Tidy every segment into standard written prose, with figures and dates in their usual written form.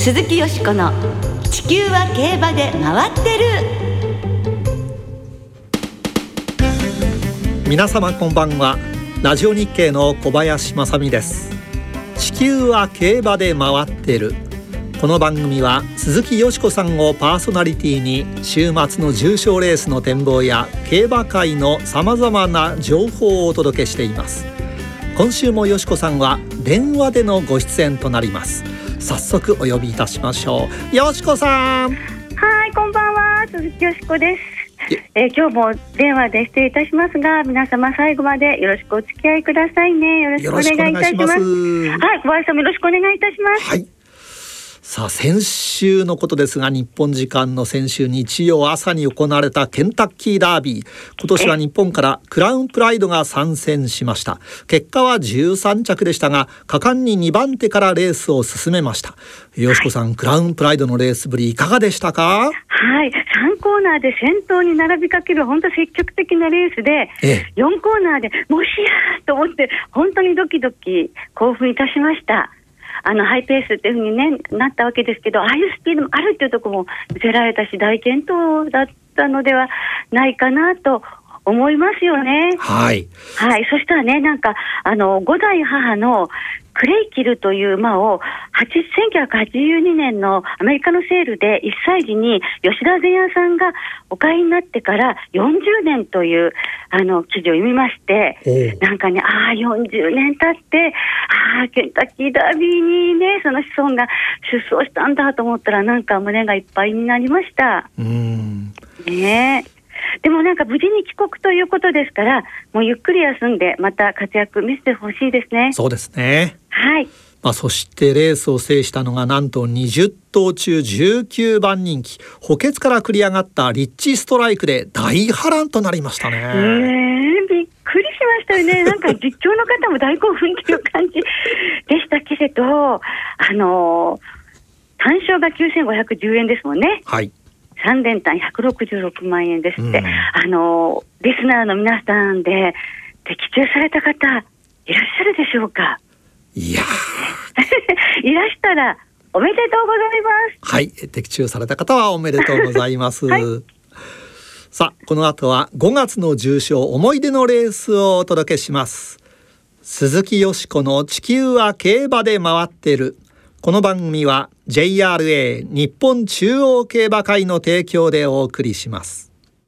鈴木よしこの地球は競馬で回ってる。皆様こんばんは。ラジオ日経の小林正美です。地球は競馬で回ってる。この番組は鈴木よしこさんをパーソナリティに週末の重賞レースの展望や競馬界のさまざまな情報をお届けしています。今週もよしこさんは電話でのご出演となります。早速お呼びいたしましょう。よしこさん。 はい、こんばんは。鈴木よしこです。今日も電話で失礼いたしますが、皆様最後までよろしくお付き合いくださいね。よろしくお願いいたします。はい、小林さんもよろしくお願いいたします。 はい。さあ、先週のことですが、日本時間の先週日曜朝に行われたケンタッキーダービー、今年は日本からクラウンプライドが参戦しました。結果は13着でしたが、果敢に2番手からレースを進めました。よしこさん、クラウンプライドのレースぶりいかがでしたか？ はい、3コーナーで先頭に並びかける本当積極的なレースで、4コーナーでもしやーと思って本当にドキドキ興奮いたしました。ハイペースっていう風に、なったわけですけど、ああいうスピードもあるっていうところも見せられたし、大健闘だったのではないかなと思いますよね。 はい、 はい。そしたらね、5代母のクレイキルという馬を1982年のアメリカのセールで1歳児に吉田善也さんがお買いになってから40年という記事を読みまして、40年経ってケンタッキーダービーにね、その子孫が出走したんだと思ったら、胸がいっぱいになりました。ねえ。でも無事に帰国ということですから、もうゆっくり休んでまた活躍見せてほしいですね。 そうですね。 はい。 そしてレースを制したのがなんと20頭中19番人気、補欠から繰り上がったリッチストライクで大波乱となりましたね。 びっくりしましたよね。実況の方も大興奮という感じでしたけれど、単勝が9510円ですもんね。 はい。 3連単166万円ですって、リスナーの皆さんで的中された方いらっしゃるでしょうか？ いやいらしたらおめでとうございます。 はい、的中された方はおめでとうございます、はい。さあ、この後は5月の重賞思い出のレースをお届けします。鈴木よしこの地球は競馬で回ってる。この番組は JRA 日本中央競馬会の提供でお送りします。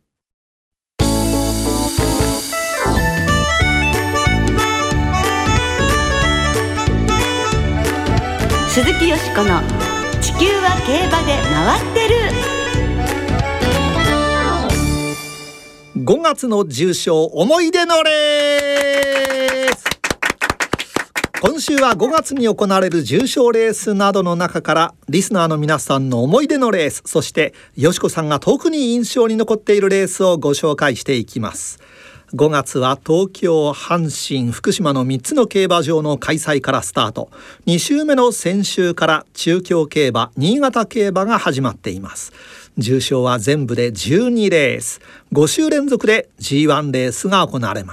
鈴木よしこの地球は競馬で回ってる。 5月の重賞思い出のレース。今週は5月に行われる重賞レースなどの中からリスナーの皆さんの思い出のレース、そしてよしこさんが特に印象に残っているレースをご紹介していきます。5月は東京、阪神、福島の3つの競馬場の開催からスタート。2週目の先週から中京競馬、新潟競馬が始まっています。重賞は全部で12レース、5週連続で G1 レースが行われます。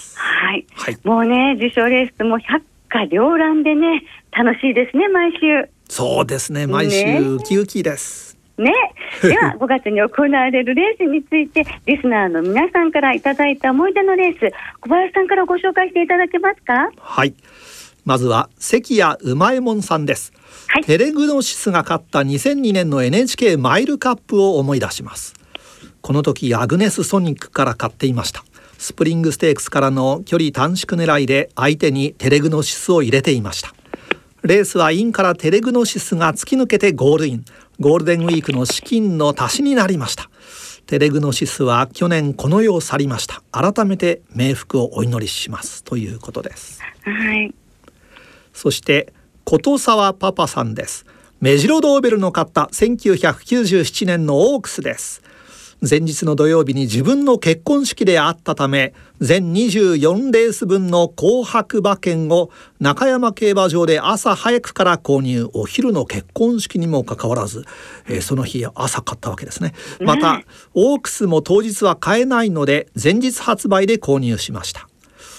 はい、もうね、重賞レースも百花繚乱でね、楽しいですね、毎週。 そうですね、毎週ウキウキですね。では5月に行われるレースについてリスナーの皆さんからいただいた思い出のレース、小林さんからご紹介していただけますか？ はい、まずは関谷うまえもんさんです。はい、テレグノシスが勝った2002年の NHK マイルカップを思い出します。この時アグネスソニックから勝っていました。スプリングステークスからの距離短縮狙いで相手にテレグノシスを入れていました。レースはインからテレグノシスが突き抜けてゴールイン。ゴールデンウィークの資金の足しになりました。テレグノシスは去年この世を去りました。改めて冥福をお祈りしますということです。 はい。 そして琴沢パパさんです。メジロドーベルの勝った1997年のオークスです。前日の土曜日に自分の結婚式であったため、全24レース分の紅白馬券を中山競馬場で朝早くから購入。お昼の結婚式にもかかわらず、その日朝買ったわけですね。またオークスも当日は買えないので前日発売で購入しました。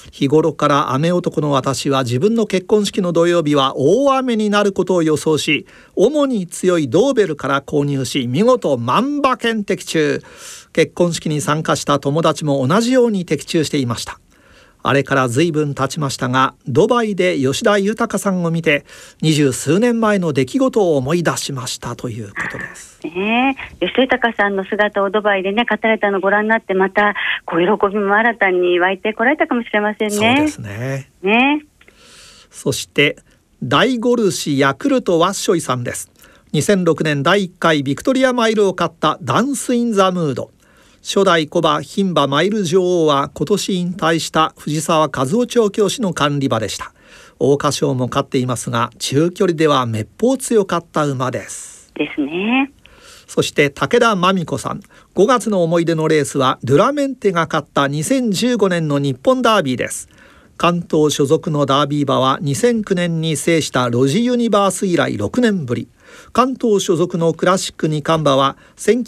日頃から雨男の私は自分の結婚式の土曜日は大雨になることを予想し、主に強いドーベルから購入し、見事万馬券的中。結婚式に参加した友達も同じように的中していました。あれから随分経ちましたが、ドバイで吉田豊さんを見て20数年前の出来事を思い出しましたということです。 吉田豊さんの姿をドバイでね語られたのをご覧になって、また喜びも新たに湧いてこられたかもしれませんね。 そうですね。そして大ゴルシヤクルトワッショイさんです。2006年第1回ビクトリアマイルを勝ったダンスインザムード。初代古馬牝馬マイル女王は今年引退した藤沢和夫調教師の管理馬でした。桜花賞も勝っていますが、中距離ではめっぽう強かった馬ですね。 そして武田真美子さん、5月の思い出のレースはドゥラメンテが勝った2015年の日本ダービーです。関東所属のダービー馬は2009年に制したロジユニバース以来6年ぶり。関東所属のクラシック2冠馬は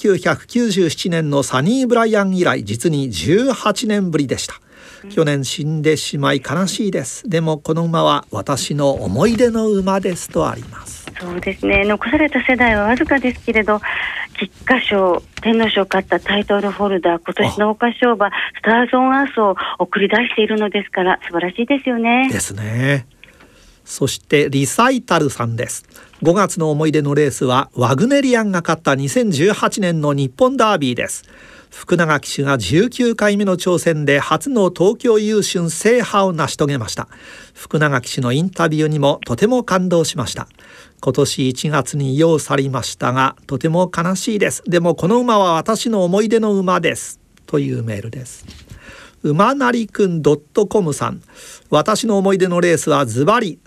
1997年のサニー・ブライアン以来実に18年ぶりでした。去年死んでしまい悲しいです。でもこの馬は私の思い出の馬ですとあります。 そうですね、残された世代はわずかですけれど、菊花賞、天皇賞を勝ったタイトルホルダー、今年の桜花賞馬スターズ・オン・アースを送り出しているのですから、素晴らしいですよね。 ですね。そしてリサイタルさんです。5月の思い出のレースはワグネリアンが勝った2018年の日本ダービーです。福永騎手が19回目の挑戦で初の東京優駿制覇を成し遂げました。福永騎手のインタビューにもとても感動しました。今年1月に世を去りましたが、とても悲しいです。でもこの馬は私の思い出の馬ですというメールです。馬なりくん .com さん、私の思い出のレースはズバリ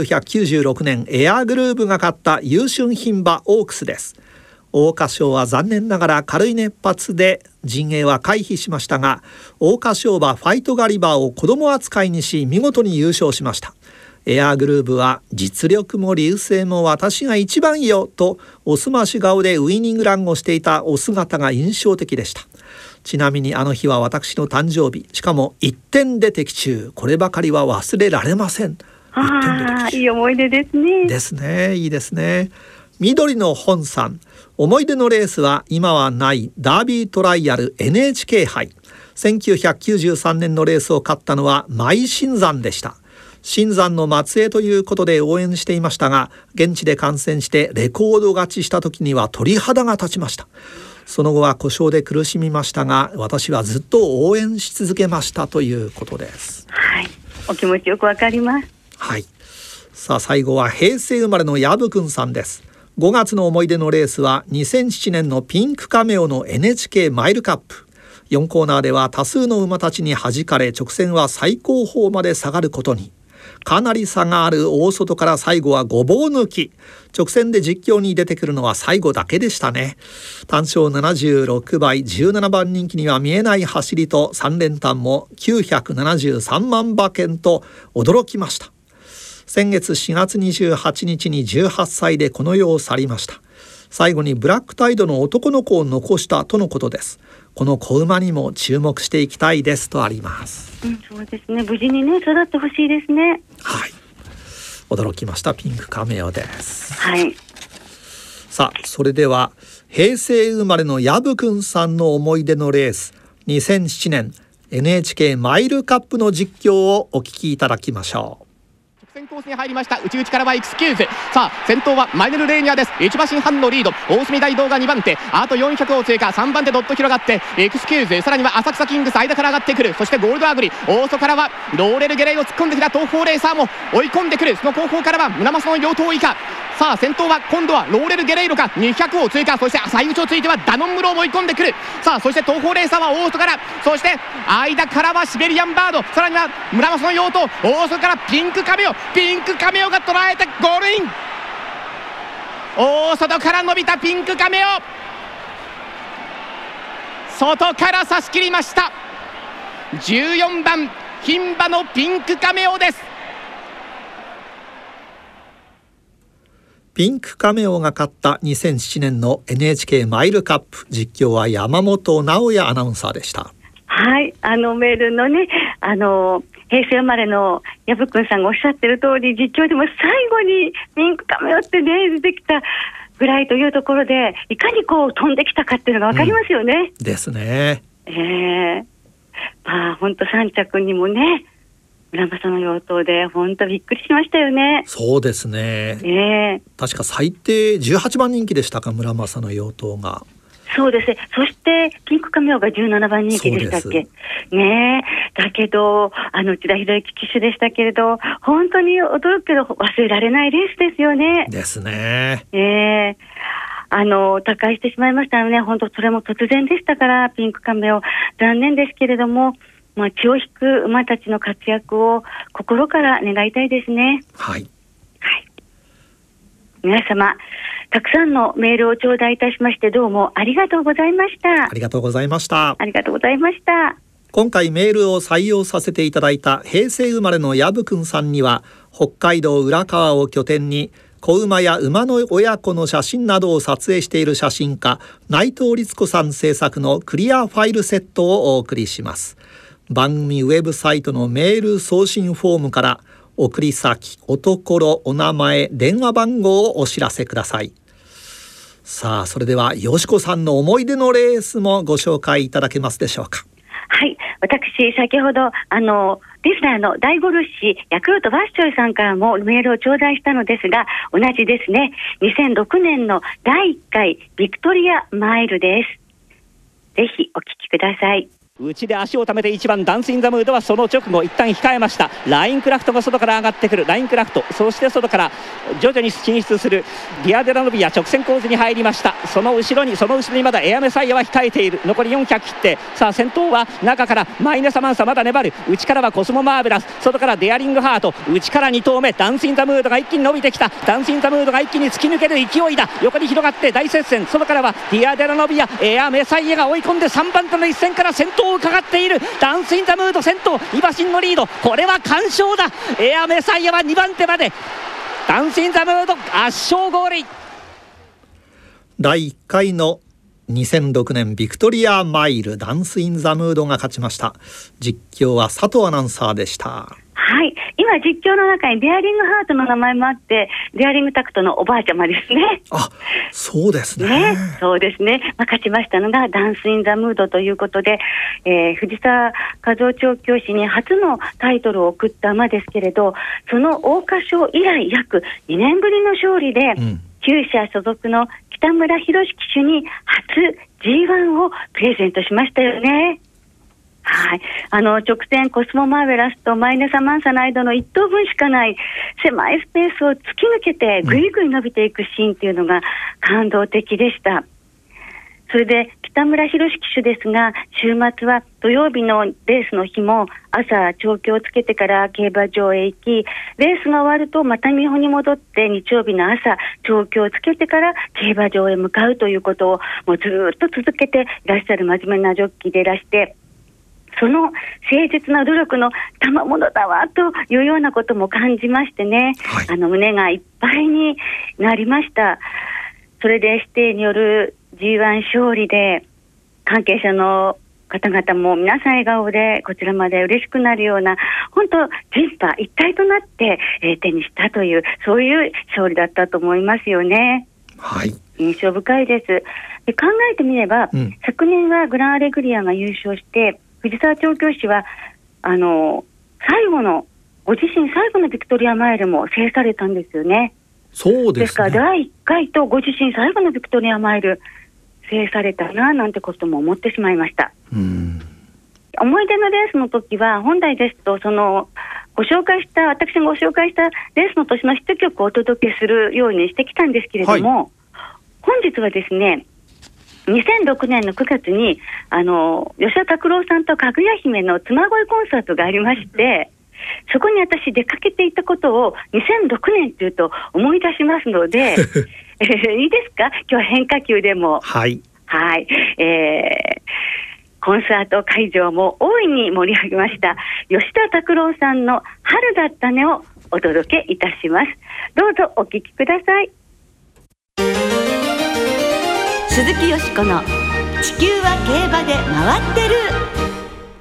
1996年エアグルーヴが勝った優駿牝馬オークスです。桜花賞は残念ながら軽い熱発で陣営は回避しましたが、桜花賞馬ファイトガリバーを子供扱いにし見事に優勝しました。エアグルーヴは実力も流星も私が一番よとおすまし顔でウイニングランをしていたお姿が印象的でした。ちなみにあの日は私の誕生日、しかも1点で的中。こればかりは忘れられません。 いい思い出ですね。 ですね、いいですね。緑の本さん、思い出のレースは今はないダービートライアル NHK 杯。1993年のレースを勝ったのはマイ新山でした。新山の末裔ということで応援していましたが、現地で観戦してレコード勝ちした時には鳥肌が立ちました。その後は故障で苦しみましたが、私はずっと応援し続けましたということです。 はい、お気持ちよくわかります。 はい。さあ最後は平成生まれのヤブくんさんです。5月の思い出のレースは2007年のピンクカメオの NHK マイルカップ。4コーナーでは多数の馬たちに弾かれ、直線は最高峰まで下がることに。かなり差がある大外から最後はごぼう抜き。直線で実況に出てくるのは最後だけでしたね。単勝76倍、17番人気には見えない走りと3連単も973万馬券と驚きました。先月4月28日に18歳でこの世を去りました。最後にブラックタイドの男の子を残したとのことです。この子馬にも注目していきたいですとあります。 そうですね、無事にね育ってほしいですね。 はい、驚きました。ピンクカメオです。 はい。 さあそれでは平成生まれのヤブくんさんの思い出のレース、2007年 NHK マイルカップの実況をお聞きいただきましょう。 先コースに入りました。内々からはエクスキューズ。さあ先頭はマイネルレーニアです。1馬身半のリード。大隅大道が2番手、あと400を通過。3番手ドット広がってエクスキューズ、さらには浅草キングス間から上がってくる。そしてゴールドアグリ、大外からはローレルゲレイを突っ込んできた東方レーサーも追い込んでくる。その後方からは村正の妖刀以下。さあ先頭は今度はローレルゲレイロか。200を追加。そして最内をついてはダノンムロを追い込んでくる。さあそして東方レーサーは大外から、そして間からはシベリアンバード、さらには村正の妖刀、大外からピンクカメオが捉えてゴールイン。大外から伸びたピンクカメオ、外から差し切りました。14番牝馬のピンクカメオです。 ピンクカメオが勝った2007年の NHK マイルカップ、実況は山本直也アナウンサーでした。 はい、メールのね、平成生まれの矢部くんさんがおっしゃってる通り、実況でも最後にピンクカメオってね出てきたぐらいというところで、いかにこう飛んできたかっていうのが分かりますよね。 ですね。 本当3着にもね、村正の妖刀で本当びっくりしましたよね。 そうですね。確か最低18番人気でしたか、村正の妖刀が。そうですね。 そしてピンクカメオが17番人気でしたっけね。だけど内田博之騎手でしたけれど、本当に驚くけど忘れられないレースですよね。 ですね。 他界してしまいましたので、本当それも突然でしたから、ピンクカメオ残念ですけれども、血を引く馬たちの活躍を心から願いたいですね。 はい、 皆様たくさんのメールを頂戴いたしまして、どうもありがとうございました。 ありがとうございました。 ありがとうございました。 今回メールを採用させていただいた平成生まれの矢部くんさんには、北海道浦河を拠点に子馬や馬の親子の写真などを撮影している写真家内藤律子さん制作のクリアファイルセットをお送りします。番組ウェブサイトのメール送信フォームから送り先、おところ、お名前、電話番号をお知らせください。さあ、それではよしこさんの思い出のレースもご紹介いただけますでしょうか。 はい、私先ほどリスナーの大五ルシヤクルトバッショイさんからもメールを頂戴したのですが、同じですね。2006年の第1回ビクトリアマイルです。ぜひお聞きください。 内で足を溜めて1番ダンスインザムードはその直後一旦控えました。ラインクラフトが外から上がってくる。ラインクラフト、そして外から徐々に進出するディアデラノビア、直線構図に入りました。その後ろにまだエアメサイアは控えている。残り400切って、さあ先頭は中からマイネサマンサまだ粘る。内からはコスモマーベラス、外からデアリングハート、内から2頭目ダンスインザムードが一気に伸びてきた。ダンスインザムードが一気に突き抜ける勢いだ。横に広がって大接戦。外からはディアデラノビア、エアメサイアが追い込んで3番手の一戦から先頭を伺っている。ダンスインザムード先頭、イバシンのリード、これは完勝だ。エアメサイアは2番手まで。ダンスインザムード圧勝ゴール。 第1回の2006年ビクトリアマイル、ダンスインザムードが勝ちました。実況は佐藤アナウンサーでした。 はい、今実況の中にデアリングハートの名前もあって、デアリングタクトのおばあちゃまですね。 あ、そうですね。 そうですね。勝ちましたのがダンスインザムードということで、藤沢和夫調教師に初のタイトルを贈った馬ですけれど、その桜花賞以来約2年ぶりの勝利で、厩舎所属の北村博騎手に初 G1 をプレゼントしましたよね。はい、直線コスモマーベラスとマイネサマンサの間の1頭分しかない狭いスペースを突き抜けてぐいぐい伸びていくシーンっていうのが感動的でした。それで北村博騎手ですが、週末は土曜日のレースの日も朝調教をつけてから競馬場へ行き、レースが終わるとまた美穂に戻って日曜日の朝調教をつけてから競馬場へ向かうということをもうずっと続けていらっしゃる真面目なジョッキーでいらして、その誠実な努力の賜物だわというようなことも感じましてね、胸がいっぱいになりました。それで指定による G1 勝利で関係者の方々も皆さん笑顔でこちらまで嬉しくなるような、本当人馬一体となって手にしたという、そういう勝利だったと思いますよね。 はい、 印象深いです。で、考えてみれば、昨年はグランアレグリアが優勝して藤沢調教師は最後のご自身最後のビクトリアマイルも制されたんですよね。 そうですね。 ですから第1回とご自身最後のビクトリアマイル制されたななんてことも思ってしまいました。思い出のレースの時は本来ですと私がご紹介したレースの年のヒット曲をお届けするようにしてきたんですけれども、本日はですね、2006年の9月に吉田拓郎さんとかぐや姫の妻恋コンサートがありまして、そこに私出かけていたことを2006年というと思い出しますのでいいですか、今日は変化球でもコンサート会場も大いに盛り上げました吉田拓郎さんの春だったねをお届けいたします。どうぞお聞きください。 鈴木よしこの地球は競馬で回ってる。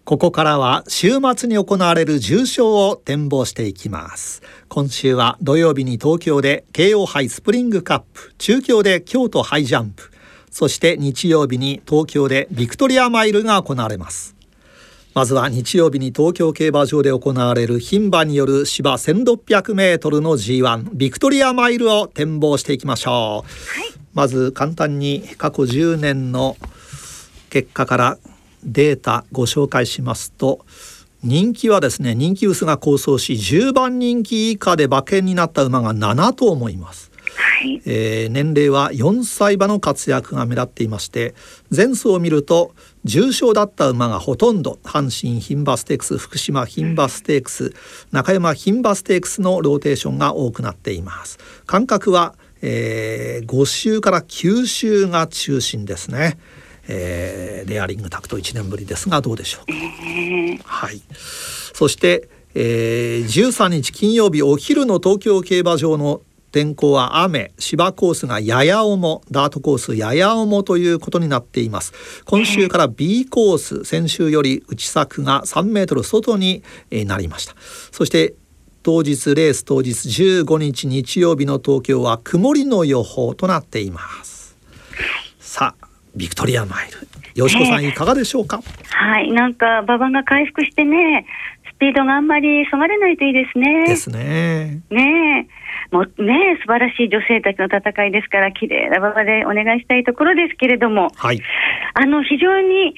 ここからは週末に行われる重賞を展望していきます。今週は土曜日に東京で京王杯スプリングカップ、中京で京都ハイジャンプ、そして日曜日に東京でビクトリアマイルが行われます。まずは日曜日に東京競馬場で行われる牝馬による芝 1600 メートルの G1 ビクトリアマイルを展望していきましょう。まず簡単に過去10年の結果からデータご紹介しますと、人気はですね、人気薄が好走し10番人気以下で馬券になった馬が7と思います。年齢は4歳馬の活躍が目立っていまして、前走を見ると重賞だった馬がほとんど阪神牝馬ステークス、福島牝馬ステークス、中山牝馬ステークスのローテーションが多くなっています。間隔は、5週から9週が中心ですね。デアリングタクト1年ぶりですがどうでしょうか。はい。そして、13日金曜日お昼の東京競馬場の天候は雨、芝コースがやや重、ダートコースやや重ということになっています。今週から B コース、先週より内柵が3メートル外になりました。そして当日レース当日15日日曜日の東京は曇りの予報となっています。さあビクトリアマイル、よしこさんいかがでしょうか。 はい、なんか馬場が回復してね、スピードがあんまりそがれないといいですね。 ですね。 ねえ、もうね、素晴らしい女性たちの戦いですから、綺麗な馬場でお願いしたいところですけれども、 はい、 非常に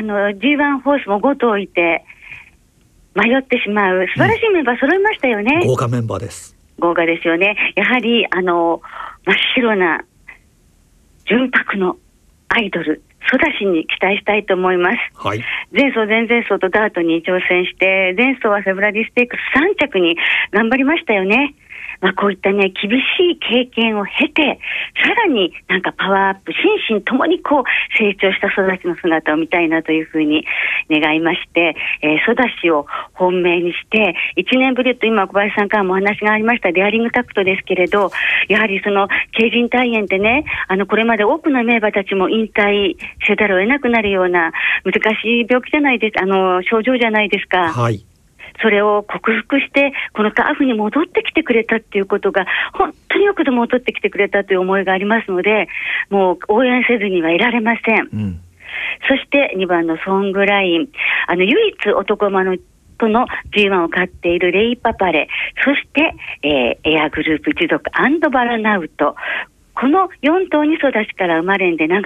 G1 ホースも5頭いて迷ってしまう素晴らしいメンバー揃いましたよね。 豪華メンバーです。豪華ですよね。やはり真っ白な純白のアイドルソダシに期待したいと思います。 はい、 前走前々走とダートに挑戦して、前走はフェブラリーステークス3着に頑張りましたよね。こういったね、厳しい経験を経て、さらになんかパワーアップ、心身ともにこう成長したソダシの姿を見たいなというふうに願いまして、ソダシを本命にして1年ぶりと、今小林さんからもお話がありましたデアリングタクトですけれど、やはりその経靭帯炎ってね、これまで多くの名馬たちも引退せざるを得なくなるような難しい病気じゃないです、症状じゃないですか。 はい、 それを克服してこのターフに戻ってきてくれたっていうことが、本当によく戻ってきてくれたという思いがありますので、もう応援せずにはいられません。そして2番のソングライン、唯一男馬のとの G1 を勝っているレイパパレ、そして、エアグループ一族アンドバラナウト、この4頭にソダシから生まれんで流して、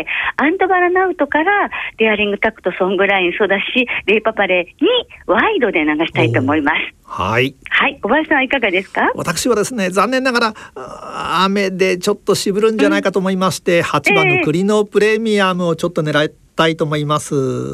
アンドバラナウトからデアリングタクト、ソングライン、ソダシ、レイパパレにワイドで流したいと思います。 はい、 はい、小林さんはいかがですか。 私はですね、残念ながら雨でちょっと渋るんじゃないかと思いまして、8番のクリノプレミアムをちょっと狙いたいと思います。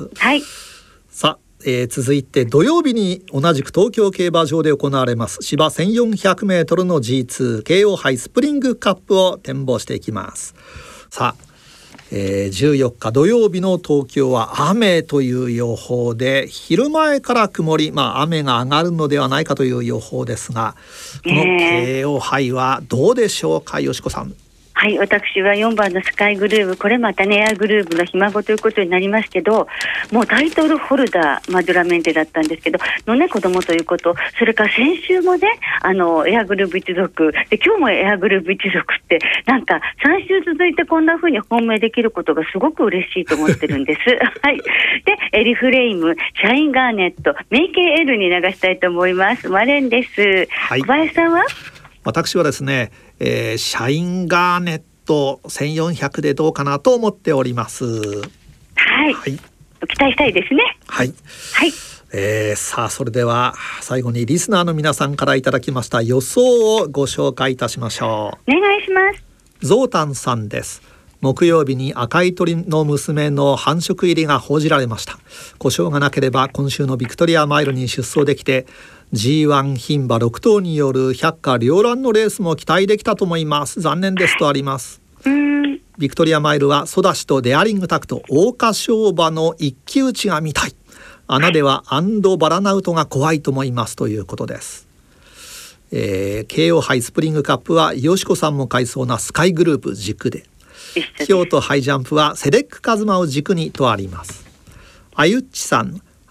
はい。 さあ、続いて土曜日に同じく東京競馬場で行われます芝 1400 メートルの G2 京王杯スプリングカップを展望していきます。さあ、14日土曜日の東京は雨という予報で、昼前から曇り、雨が上がるのではないかという予報ですが、この京王杯はどうでしょうか、よしこさん。 はい、私は4番のスカイグルーブ、これまたねエアグルーブのひ孫ということになりますけど、もうタイトルホルダー、ドラメンテだったんですけどのね、子供ということ、それから先週もねエアグルーブ一族で、今日もエアグルーブ一族って、なんか3週続いてこんな風に本命できることがすごく嬉しいと思ってるんですはい、でエリフレイム、シャインガーネット、メイケーエルに流したいと思います。マレンです、はい、小林さんは。 私はですね、シャインガーネット1400でどうかなと思っております。 はい、はい、期待したいですね。 はい、 はい、 さあそれでは最後にリスナーの皆さんからいただきました予想をご紹介いたしましょう。お願いします。 ゾウタンさんです。木曜日に赤い鳥の娘の繁殖入りが報じられました。故障がなければ今週のビクトリアマイルに出走できて G1 牝馬6頭による百花繚乱のレースも期待できたと思います。残念ですとあります。ビクトリアマイルはソダシとデアリングタクト、桜花賞馬の一騎打ちが見たい。穴ではアンドバラナウトが怖いと思いますということです。京王杯スプリングカップはよしこさんも買いそうなスカイグループ軸で、京都ハイジャンプはセレックカズマを軸にとあります。あゆっちさん、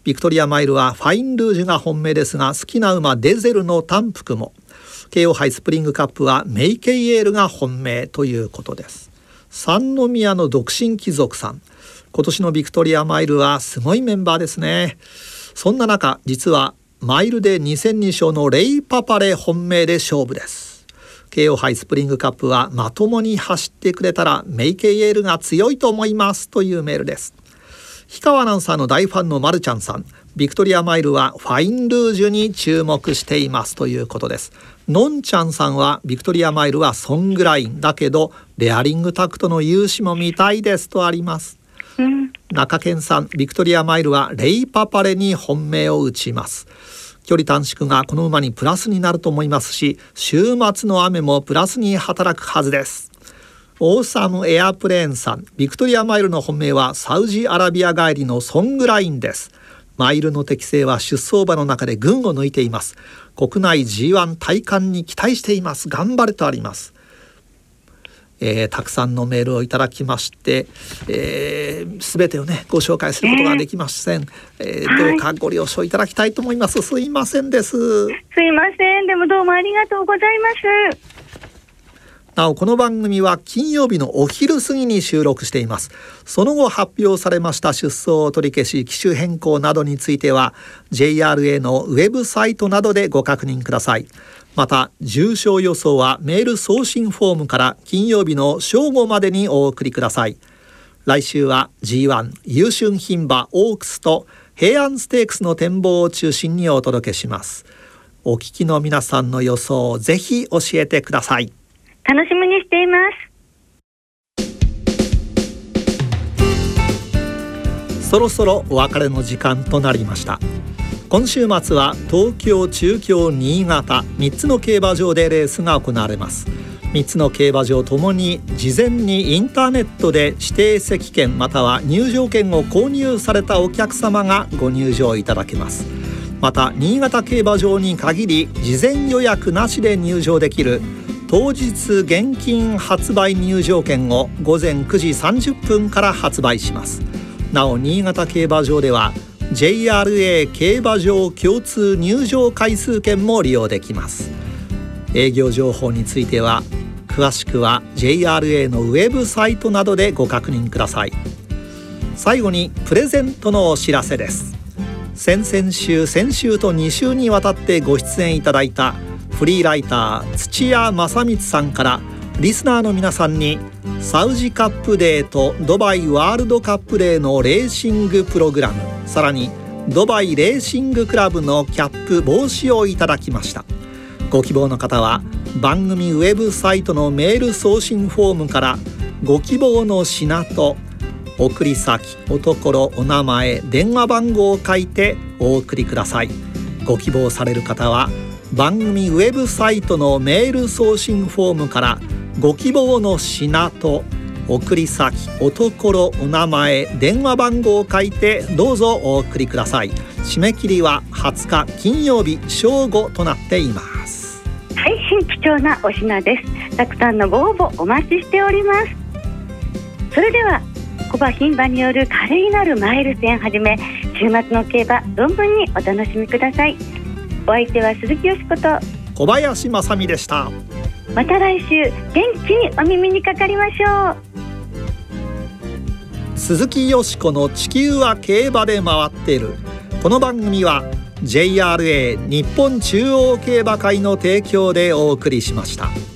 ビクトリアマイルはファインルージュが本命ですが、好きな馬デゼルの単服も。京王杯スプリングカップはメイケイエールが本命ということです。三宮の独身貴族さん、今年のビクトリアマイルはすごいメンバーですね。そんな中、実はマイルで2戦2勝のレイパパレ本命で勝負です。京王杯スプリングカップはまともに走ってくれたらメイケイエールが強いと思いますというメールです。氷川アナウンサーの大ファンのマルちゃんさん、ビクトリアマイルはファインルージュに注目していますということです。のんちゃんさんはビクトリアマイルはソングラインだけどレアリングタクトの勇姿も見たいですとあります。中堅さん、ビクトリアマイルはレイパパレに本命を打ちます。距離短縮がこの馬にプラスになると思いますし、週末の雨もプラスに働くはずです。オーサムエアプレーンさん、ビクトリアマイルの本命はサウジアラビア帰りのソングラインです。マイルの適性は出走馬の中で群を抜いています。国内 G1 体感に期待しています。頑張れとあります。たくさんのメールをいただきまして、全てをねご紹介することができません。どうかご了承いただきたいと思います。すいませんです。 すいません。でもどうもありがとうございます。 なおこの番組は金曜日のお昼過ぎに収録しています。その後発表されました出走取り消し、機種変更などについては JRA のウェブサイトなどでご確認ください。また重賞予想はメール送信フォームから金曜日の正午までにお送りください。来週は G1 優春牝馬オークスと平安ステークスの展望を中心にお届けします。お聞きの皆さんの予想をぜひ教えてください。 楽しみにしています。 そろそろお別れの時間となりました。今週末は東京、中京、新潟3つの競馬場でレースが行われます。3つの競馬場ともに事前にインターネットで指定席券または入場券を購入されたお客様がご入場いただけます。また新潟競馬場に限り事前予約なしで入場できる当日現金発売入場券を午前9時30分から発売します。なお新潟競馬場では JRA 競馬場共通入場回数券も利用できます。営業情報については詳しくは JRA のウェブサイトなどでご確認ください。最後にプレゼントのお知らせです。先々週、先週と2週にわたってご出演いただいたフリーライター土屋正光さんからリスナーの皆さんにサウジカップデーとドバイワールドカップデーのレーシングプログラム、さらにドバイレーシングクラブのキャップ帽子をいただきました。ご希望の方は番組ウェブサイトのメール送信フォームからご希望の品と送り先、おところ、お名前、電話番号を書いてお送りください。ご希望される方は番組ウェブサイトのメール送信フォームからご希望の品と送り先、おところ、お名前、電話番号を書いてどうぞお送りください。締め切りは20日金曜日正午となっています。 大変貴重なお品です。たくさんのご応募お待ちしております。それではコバ牝馬による華麗なるマイル戦はじめ週末の競馬存分にお楽しみください。お相手は鈴木よしこと小林正美でした。 また来週元気にお耳にかかりましょう。 鈴木よしこの地球は競馬で回っている。この番組は JRA 日本中央競馬会の提供でお送りしました。